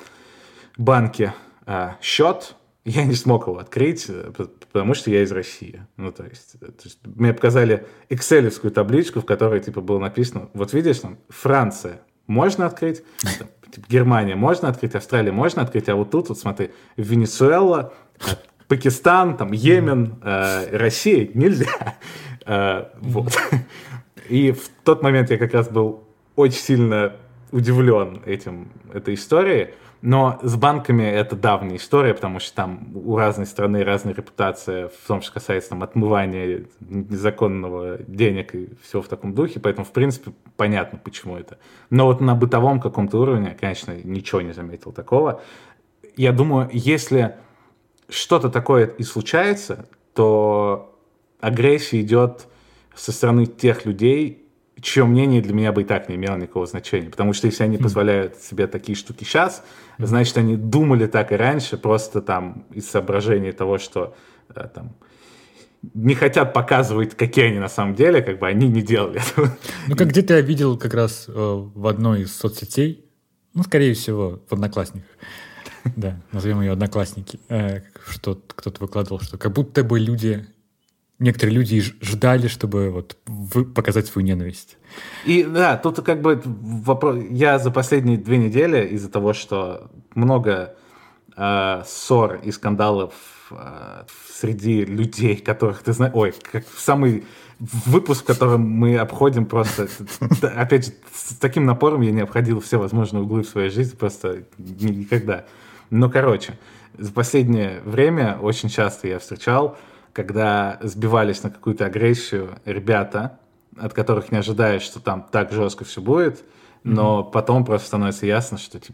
банке э, счет, я не смог его открыть, э, п- потому что я из России. Ну, то есть, э, то есть мне показали экселевскую табличку, в которой, типа, было написано, вот видишь, там, Франция можно открыть, там, типа, Германия можно открыть, Австралия можно открыть, а вот тут, вот смотри, Венесуэла, э, Пакистан, там, Йемен, э, Россия нельзя. Э, вот. И в тот момент я как раз был очень сильно удивлен этим, этой историей. Но с банками это давняя история, потому что там у разной страны разная репутация в том, что касается там, отмывания незаконного денег и всего в таком духе. Поэтому, в принципе, понятно, почему это. Но вот на бытовом каком-то уровне, конечно, ничего не заметил такого. Я думаю, если что-то такое и случается, то агрессия идет со стороны тех людей, чье мнение для меня бы и так не имело никакого значения. Потому что если они позволяют себе такие штуки сейчас, значит, они думали так и раньше, просто там из соображения того, что э, там не хотят показывать, какие они на самом деле, как бы они не делали этого. Ну, как где-то я видел как раз э, в одной из соцсетей, ну, скорее всего, в Одноклассниках, да, назовем ее Одноклассники, э, что кто-то выкладывал, что как будто бы люди, некоторые люди ж- ждали, чтобы вот вы- показать свою ненависть. И да, тут как бы вопрос... Я за последние две недели из-за того, что много э, ссор и скандалов э, среди людей, которых ты знаешь... Ой, как самый выпуск, в котором мы обходим просто... Опять же, с таким напором я не обходил все возможные углы в своей жизни, просто ни- никогда. Но, короче, за последнее время очень часто я встречал, когда сбивались на какую-то агрессию ребята, от которых не ожидаешь, что там так жестко все будет, но mm-hmm. потом просто становится ясно, что, типа,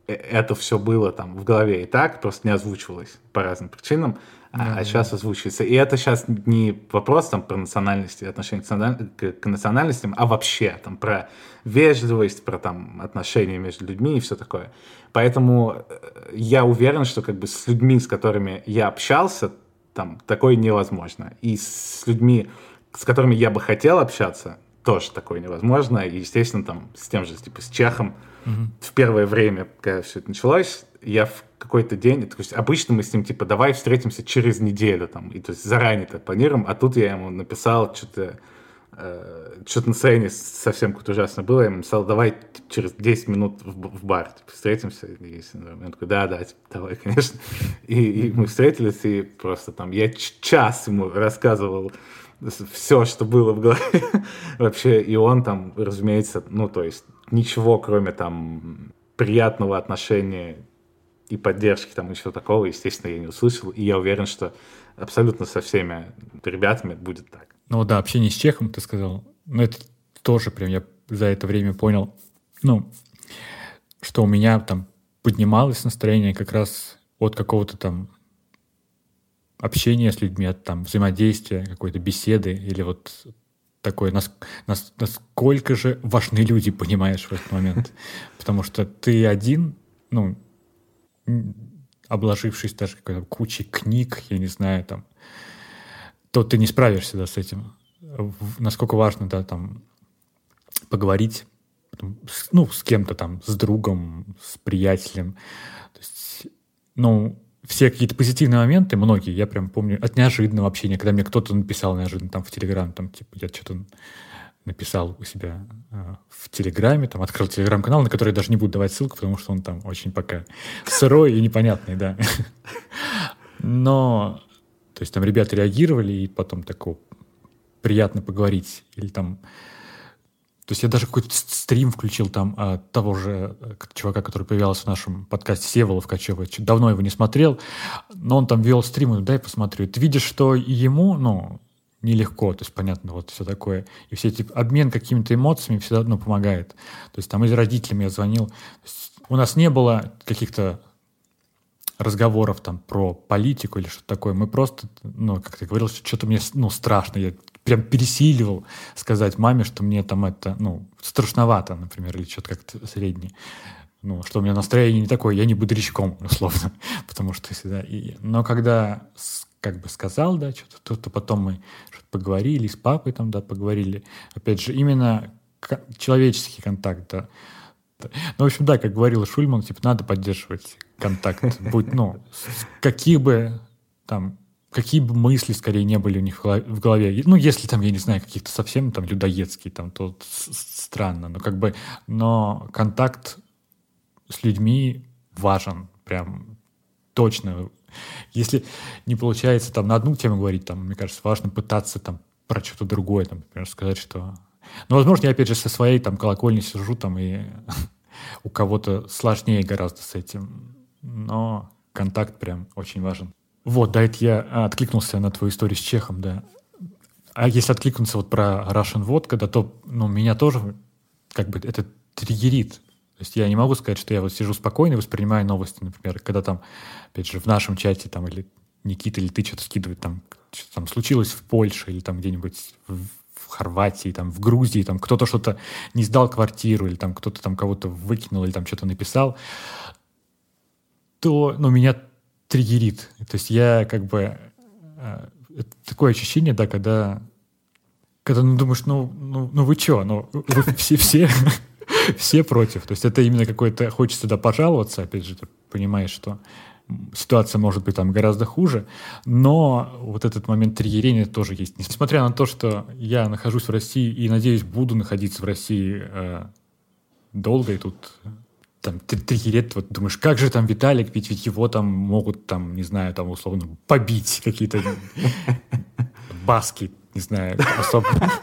это все было там в голове и так, просто не озвучивалось по разным причинам, да, а, а сейчас озвучивается. И это сейчас не вопрос там про национальности, отношение к, националь... к национальностям, а вообще там про вежливость, про там отношения между людьми и все такое. Поэтому я уверен, что как бы с людьми, с которыми я общался, там такое невозможно. И с людьми, с которыми я бы хотел общаться, тоже такое невозможно. И, естественно, там с тем же, типа, с Чехом, mm-hmm. в первое время, когда все это началось, я в какой-то день, то есть обычно мы с ним, типа, давай встретимся через неделю, там, и то есть заранее так планируем, а тут я ему написал что-то, э, что-то настроение совсем какое-то ужасное было, я ему написал, давай через десять минут в, в бар, типа, встретимся, и он такой, да-да, типа, давай, конечно, и, и мы встретились, и просто там, я час ему рассказывал все, что было в голове вообще, и он там, разумеется, ну, то есть ничего, кроме там приятного отношения и поддержки, там, ничего такого, естественно, я не услышал, и я уверен, что абсолютно со всеми ребятами будет так. Ну да, общение с Чехом, ты сказал, ну это тоже прям я за это время понял, ну, что у меня там поднималось настроение как раз от какого-то там общения с людьми, от там взаимодействия, какой-то беседы или вот такое, нас, нас, насколько же важны люди, понимаешь, в этот момент. Потому что ты один, ну, обложившись даже какой-то кучей книг, я не знаю, там, то ты не справишься, да, с этим. Насколько важно, да, там, поговорить, ну, с кем-то там, с другом, с приятелем. То есть, ну, все какие-то позитивные моменты, многие, я прям помню, от неожиданного общения, когда мне кто-то написал неожиданно там в Телеграм, там, типа, я что-то написал у себя э, в Телеграме, там, открыл Телеграм-канал, на который я даже не буду давать ссылку, потому что он там очень пока сырой и непонятный, да. Но, то есть там ребята реагировали, и потом такого приятно поговорить, или там... То есть я даже какой-то стрим включил там от того же чувака, который появлялся в нашем подкасте, Всеволод Ткачев. Давно его не смотрел, но он там вел стрим, и дай посмотрю. Ты видишь, что ему, ну, нелегко, то есть понятно, вот все такое. И все эти обмен какими-то эмоциями всегда, ну, помогает. То есть там и родителям я звонил. У нас не было каких-то разговоров там про политику или что-то такое. Мы просто, ну, как ты говорил, что что-то мне, ну, страшно. Я прям пересиливал сказать маме, что мне там это, ну, страшновато, например, или что-то как-то среднее. Ну, что у меня настроение не такое, я не бодрячком, условно, потому что всегда... И... Но когда как бы сказал, да, что-то, то, то потом мы что-то поговорили, с папой там, да, поговорили. Опять же, именно к- человеческий контакт, да. Ну, в общем, да, как говорил Шульман, типа, надо поддерживать контакт. Будь, ну, какие бы там, какие бы мысли, скорее, не были у них в голове. Ну, если там, я не знаю, каких-то совсем там людоедские, там, то странно. Но как бы, но контакт с людьми важен, прям точно. Если не получается там на одну тему говорить, там, мне кажется, важно пытаться там про что-то другое, там, например, сказать, что... Ну, возможно, я, опять же, со своей там колокольни сижу там, и у кого-то сложнее гораздо с этим, но контакт прям очень важен. Вот, да, это я откликнулся на твою историю с Чехом, да. А если откликнуться вот про Russian Vodka, да, то, ну, меня тоже как бы это триггерит. То есть я не могу сказать, что я вот сижу спокойно и воспринимаю новости, например, когда там, опять же, в нашем чате там или Никита, или ты что-то скидывает, там, что-то там случилось в Польше или там где-нибудь в в Хорватии, там, в Грузии, там, кто-то что-то не сдал квартиру, или там кто-то там кого-то выкинул, или там что-то написал, то, ну, меня триггерит. То есть я как бы... Э, такое ощущение, да, когда... Когда, ну, думаешь, ну, ну, ну вы что? Ну, вы все, все, все против. То есть это именно какое-то... Хочется, да, пожаловаться, опять же, ты понимаешь, что ситуация может быть там гораздо хуже, но вот этот момент триггерения тоже есть. Несмотря на то, что я нахожусь в России и, надеюсь, буду находиться в России э, долго, и тут там триггерит, вот думаешь, как же там Виталик, ведь, ведь его там могут там, не знаю, там условно побить какие-то баски, не знаю, особо.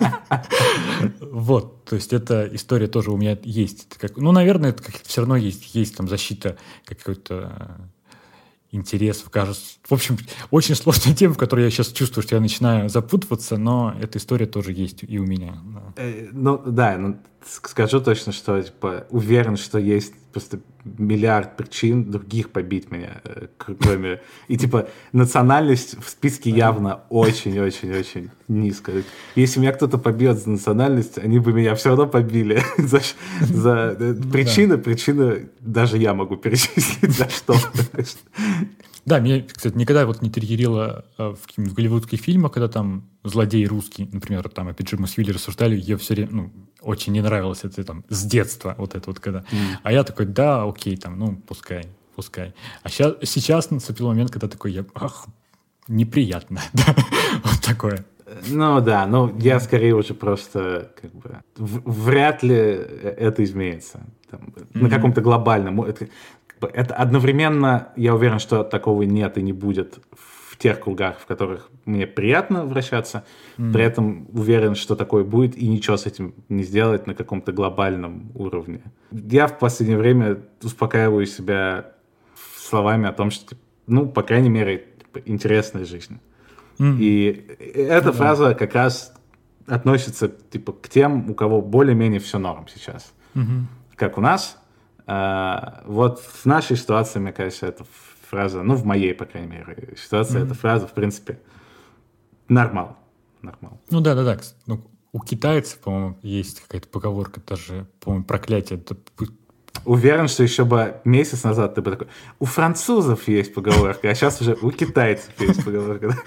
Вот, то есть эта история тоже у меня есть. Ну, наверное, это все равно есть, есть там защита какой-то интересов, кажется. В общем, очень сложная тема, в которой я сейчас чувствую, что я начинаю запутываться, но эта история тоже есть и у меня. Э, ну, да, ну, скажу точно, что типа, уверен, что есть просто миллиард причин других побить меня, кроме... И, типа, национальность в списке явно очень-очень-очень низкая. Если меня кто-то побьет за национальность, они бы меня все равно побили. за, за... Причина, причина, даже я могу перечислить, за что. Да, меня, кстати, никогда вот не триггерило в, в голливудских фильмах, когда там злодей русский, например, там, опять же, мы с Юлей рассуждали, ее все время, ну, очень не нравилось это там с детства, вот это вот когда. Mm. А я такой, да, окей, там, ну, пускай, пускай. А сейчас, сейчас наступил момент, когда такой, я, ах, неприятно, да, вот такое. Ну да, ну я скорее уже просто как бы в, вряд ли это изменится там, mm-hmm. на каком-то глобальном. Это, это одновременно, я уверен, что такого нет и не будет в тех кругах, в которых мне приятно вращаться. Mm-hmm. При этом уверен, что такое будет и ничего с этим не сделать на каком-то глобальном уровне. Я в последнее время успокаиваю себя словами о том, что, ну, по крайней мере, интересная жизнь. Mm. И эта mm-hmm. фраза как раз относится типа, к тем, у кого более-менее все норм сейчас. Mm-hmm. Как у нас. А, вот в нашей ситуации, мне кажется, эта фраза, ну, в моей, по крайней мере, ситуации, mm-hmm. эта фраза, в принципе, нормал. нормал. Ну, да-да-да. Ну, у китайцев, по-моему, есть какая-то поговорка, даже, по-моему, проклятие. Это... Уверен, что еще бы месяц назад ты бы такой, у французов есть поговорка, а сейчас уже у китайцев есть поговорка.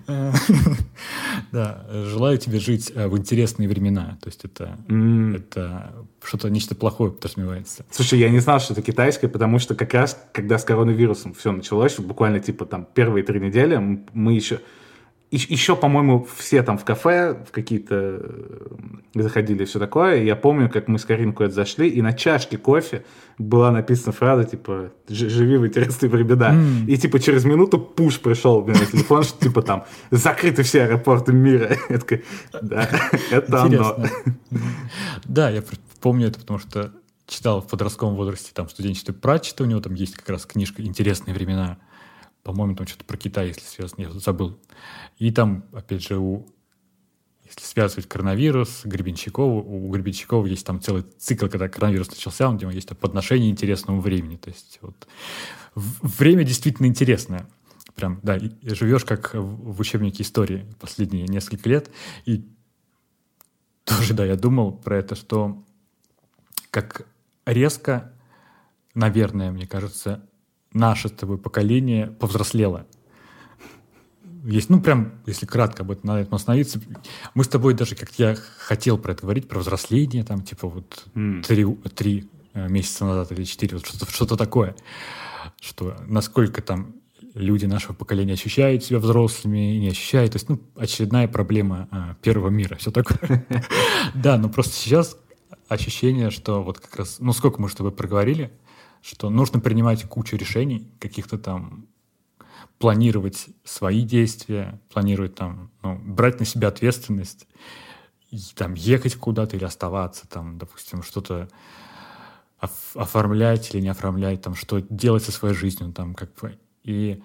Да, желаю тебе жить в интересные времена. То есть это что-то, нечто плохое подразумевается. Слушай, я не знал, что это китайское, потому что как раз, когда с коронавирусом все началось, буквально типа там первые три недели, мы еще... Еще, по-моему, все там в кафе в какие-то заходили и все такое. И я помню, как мы с Кариной куда-то зашли, и на чашке кофе была написана фраза, типа, «Живи в интересные времена». Mm. И, типа, через минуту пуш пришел мне на телефон, что, типа, там, закрыты все аэропорты мира. Я такой, да, это оно. Да, я помню это, потому что читал в подростковом возрасте там студенчество Пратчета, у него там есть как раз книжка «Интересные времена». По-моему, там что-то про Китай, если связано, я забыл. И там, опять же, у, если связывать коронавирус, Гребенщикова, у Гребенщикова есть там целый цикл, когда коронавирус начался, где есть там подношение интересному времени. То есть вот, время действительно интересное. Прям, да, и живешь как в учебнике истории последние несколько лет. И тоже, да, я думал про это, что как резко, наверное, мне кажется, наше с тобой поколение повзрослело. Есть, ну, прям, если кратко об этом, на этом остановиться, мы с тобой даже, как я хотел про это говорить, про взросление, там, типа, вот, mm. три, три месяца назад или четыре, вот что-то, что-то такое, что насколько там люди нашего поколения ощущают себя взрослыми, не ощущают, то есть, ну, очередная проблема а, первого мира, все такое. Да, но просто сейчас ощущение, что вот как раз, ну, сколько мы с тобой проговорили, что нужно принимать кучу решений, каких-то там, планировать свои действия, планировать там, ну, брать на себя ответственность, и, там, ехать куда-то или оставаться, там, допустим, что-то оф- оформлять или не оформлять, там, что делать со своей жизнью, там, как бы. И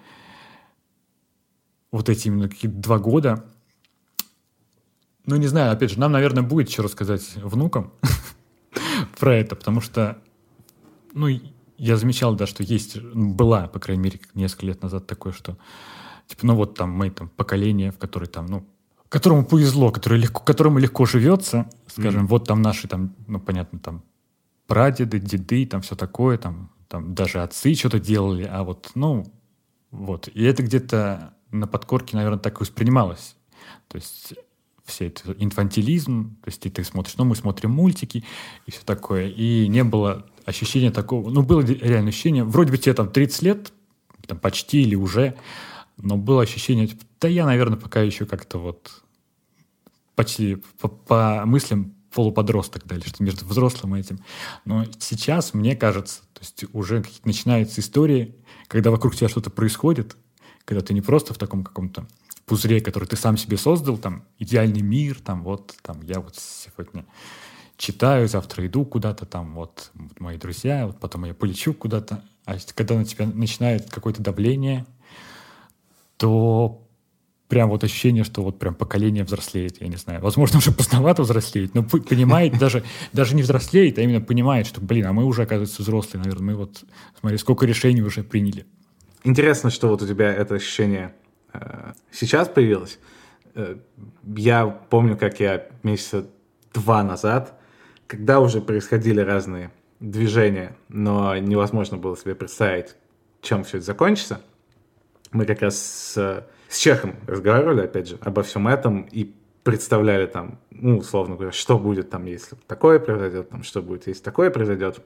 вот эти именно какие-то два года, ну, не знаю, опять же, нам, наверное, будет еще рассказать внукам про это, потому что, ну, я замечал, да, что есть, была, по крайней мере, несколько лет назад такое, что, типа, ну вот там мы, там, поколение, в которое там, ну, которому повезло, которое легко, которому легко живется, скажем, mm-hmm. вот там наши, там, ну, понятно, там, прадеды, деды, там, все такое, там, там, даже отцы что-то делали, а вот, ну, вот, и это где-то на подкорке, наверное, так и воспринималось, то есть все это инфантилизм, то есть ты, ты смотришь, ну, мы смотрим мультики и все такое, и не было ощущение такого, ну, было реально ощущение, вроде бы тебе там тридцать лет, там, почти или уже, но было ощущение, типа, да я, наверное, пока еще как-то вот почти по, по мыслям полуподросток дали, что между взрослым и этим. Но сейчас, мне кажется, то есть уже какие-то начинаются истории, когда вокруг тебя что-то происходит, когда ты не просто в таком каком-то пузыре, который ты сам себе создал, там, идеальный мир, там, вот, там, я вот сегодня читаю, завтра иду куда-то там, вот, вот мои друзья, вот потом я полечу куда-то. А когда на тебя начинает какое-то давление, то прям вот ощущение, что вот прям поколение взрослеет, я не знаю. Возможно, уже поздновато взрослеет, но понимает, даже, даже не взрослеет, а именно понимает, что, блин, а мы уже, оказывается, взрослые, наверное. Мы вот, смотри, сколько решений уже приняли. Интересно, что вот у тебя это ощущение э, сейчас появилось. Э, я помню, как я месяца два назад, когда уже происходили разные движения, но невозможно было себе представить, чем все это закончится. Мы как раз с, с Чехом разговаривали, опять же, обо всем этом и представляли там, ну, условно говоря, что будет там, если такое произойдет, там, что будет, если такое произойдет.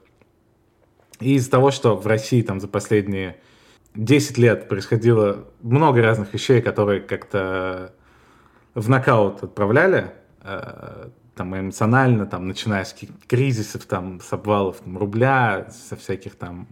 И из-за того, что в России там за последние десять лет происходило много разных вещей, которые как-то в нокаут отправляли, э, там, эмоционально, там, начиная с кризисов, там, с обвалов там, рубля, со всяких там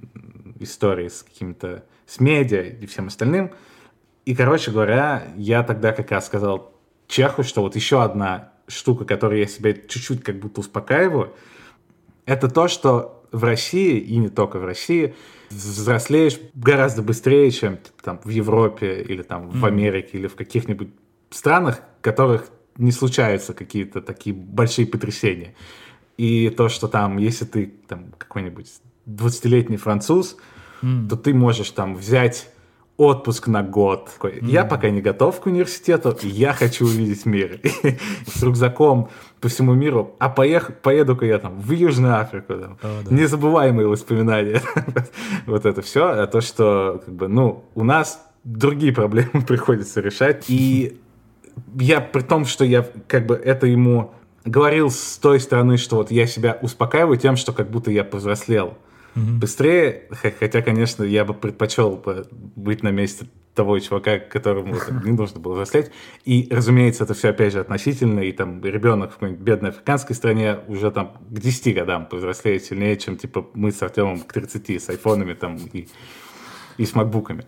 историй с какими-то, с медиа и всем остальным. И, короче говоря, я тогда как раз сказал Чеху, что вот еще одна штука, которой я себя чуть-чуть как будто успокаиваю, это то, что в России, и не только в России, взрослеешь гораздо быстрее, чем там в Европе или там в Америке или в каких-нибудь странах, в которых не случаются какие-то такие большие потрясения. И то, что там, если ты там какой-нибудь двадцатилетний француз, mm. то ты можешь там взять отпуск на год. Mm. Я пока не готов к университету, и я хочу увидеть мир. С рюкзаком по всему миру. А поех, поеду-ка я там в Южную Африку. Там. Oh, да. Незабываемые воспоминания. Вот это все. А то, что как бы, ну, у нас другие проблемы приходится решать. И я при том, что я как бы это ему говорил с той стороны, что вот я себя успокаиваю тем, что как будто я повзрослел mm-hmm. быстрее, хотя, конечно, я бы предпочел бы быть на месте того чувака, которому не нужно было взрослеть. И, разумеется, это все, опять же, относительно, и там ребенок в какой-нибудь бедной африканской стране уже там к десяти годам повзрослеет сильнее, чем, типа, мы с Артемом к тридцати, с айфонами там и, и с макбуками.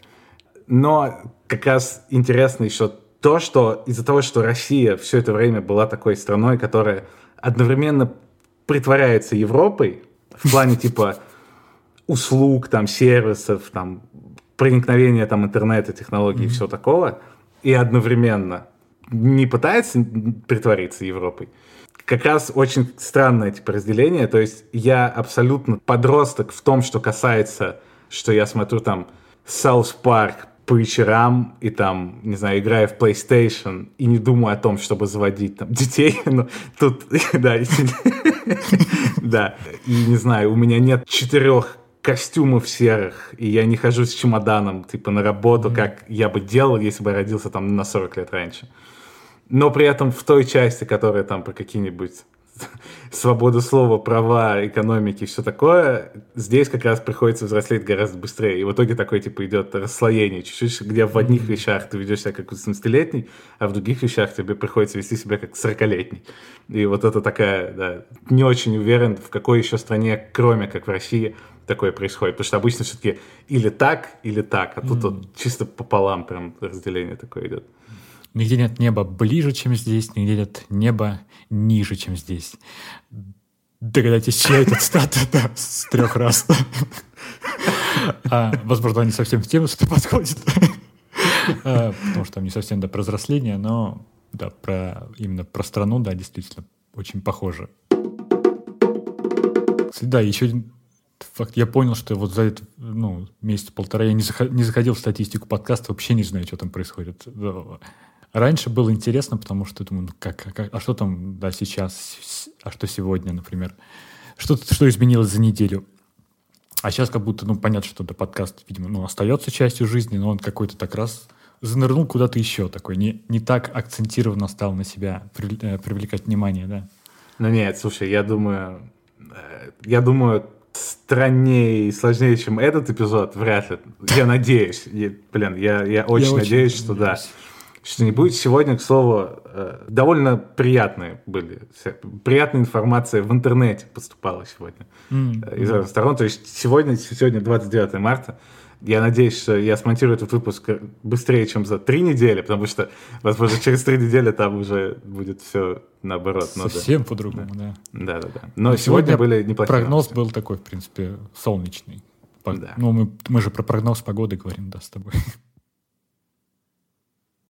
Но как раз интересно еще то, что из-за того, что Россия все это время была такой страной, которая одновременно притворяется Европой в плане типа услуг, там, сервисов, там, проникновения там, интернета, технологий mm-hmm. и всего такого, и одновременно не пытается притвориться Европой. Как раз очень странное типа разделение. То есть я абсолютно подросток в том, что касается, что я смотрю там South Park по вечерам и там, не знаю, играю в PlayStation и не думаю о том, чтобы заводить там детей. Но тут, да, да. И не знаю, у меня нет четырех костюмов серых, и я не хожу с чемоданом, типа, на работу, mm-hmm. как я бы делал, если бы я родился там на сорок лет раньше. Но при этом в той части, которая там про какие-нибудь свободу слова, права, экономики и все такое, здесь как раз приходится взрослеть гораздо быстрее. И в итоге такое, типа, идет расслоение чуть-чуть, где в одних вещах ты ведешь себя как восемнадцатилетний, а в других вещах тебе приходится вести себя как сорокалетний. И вот это такая, да, не очень уверен, в какой еще стране, кроме как в России, такое происходит. Потому что обычно все-таки или так, или так, а тут mm. вот чисто пополам прям разделение такое идет. Нигде нет неба ближе, чем здесь, нигде нет неба ниже, чем здесь. Догадайтесь, чья это цитата, да, с трех раз. а, возможно, не совсем в тему что подходит, а, потому что там не совсем, да, про взросление, но, да, про, именно про страну, да, действительно, очень похоже. Кстати, да, еще один факт. Я понял, что вот за этот, ну, месяц-полтора я не, заход, не заходил в статистику подкаста, вообще не знаю, что там происходит. Раньше было интересно, потому что думаю, ну как, как, а что там, да, сейчас, а что сегодня, например, что, что изменилось за неделю. А сейчас как будто, ну, понятно, что да, подкаст, видимо, ну, остается частью жизни, но он какой-то так раз занырнул куда-то еще такой, не, не так акцентированно стал на себя привлекать внимание, да. Ну нет, слушай, я думаю, я думаю, страннее и сложнее, чем этот эпизод, вряд ли. Я надеюсь, я, блин, я, я очень я надеюсь, очень что надеюсь. Да. Что-нибудь сегодня, к слову, э, довольно приятные были. Приятная информация в интернете поступала сегодня mm-hmm. из разных сторон. То есть сегодня, сегодня двадцать девятое марта. Я надеюсь, что я смонтирую этот выпуск быстрее, чем за три недели, потому что, возможно, через три недели там уже будет все наоборот. Совсем по-другому, да. Да-да-да. Но, Но сегодня, сегодня были неплохие прогноз новости. был такой, в принципе, солнечный. Да. Ну, мы, мы же про прогноз погоды говорим, да, с тобой.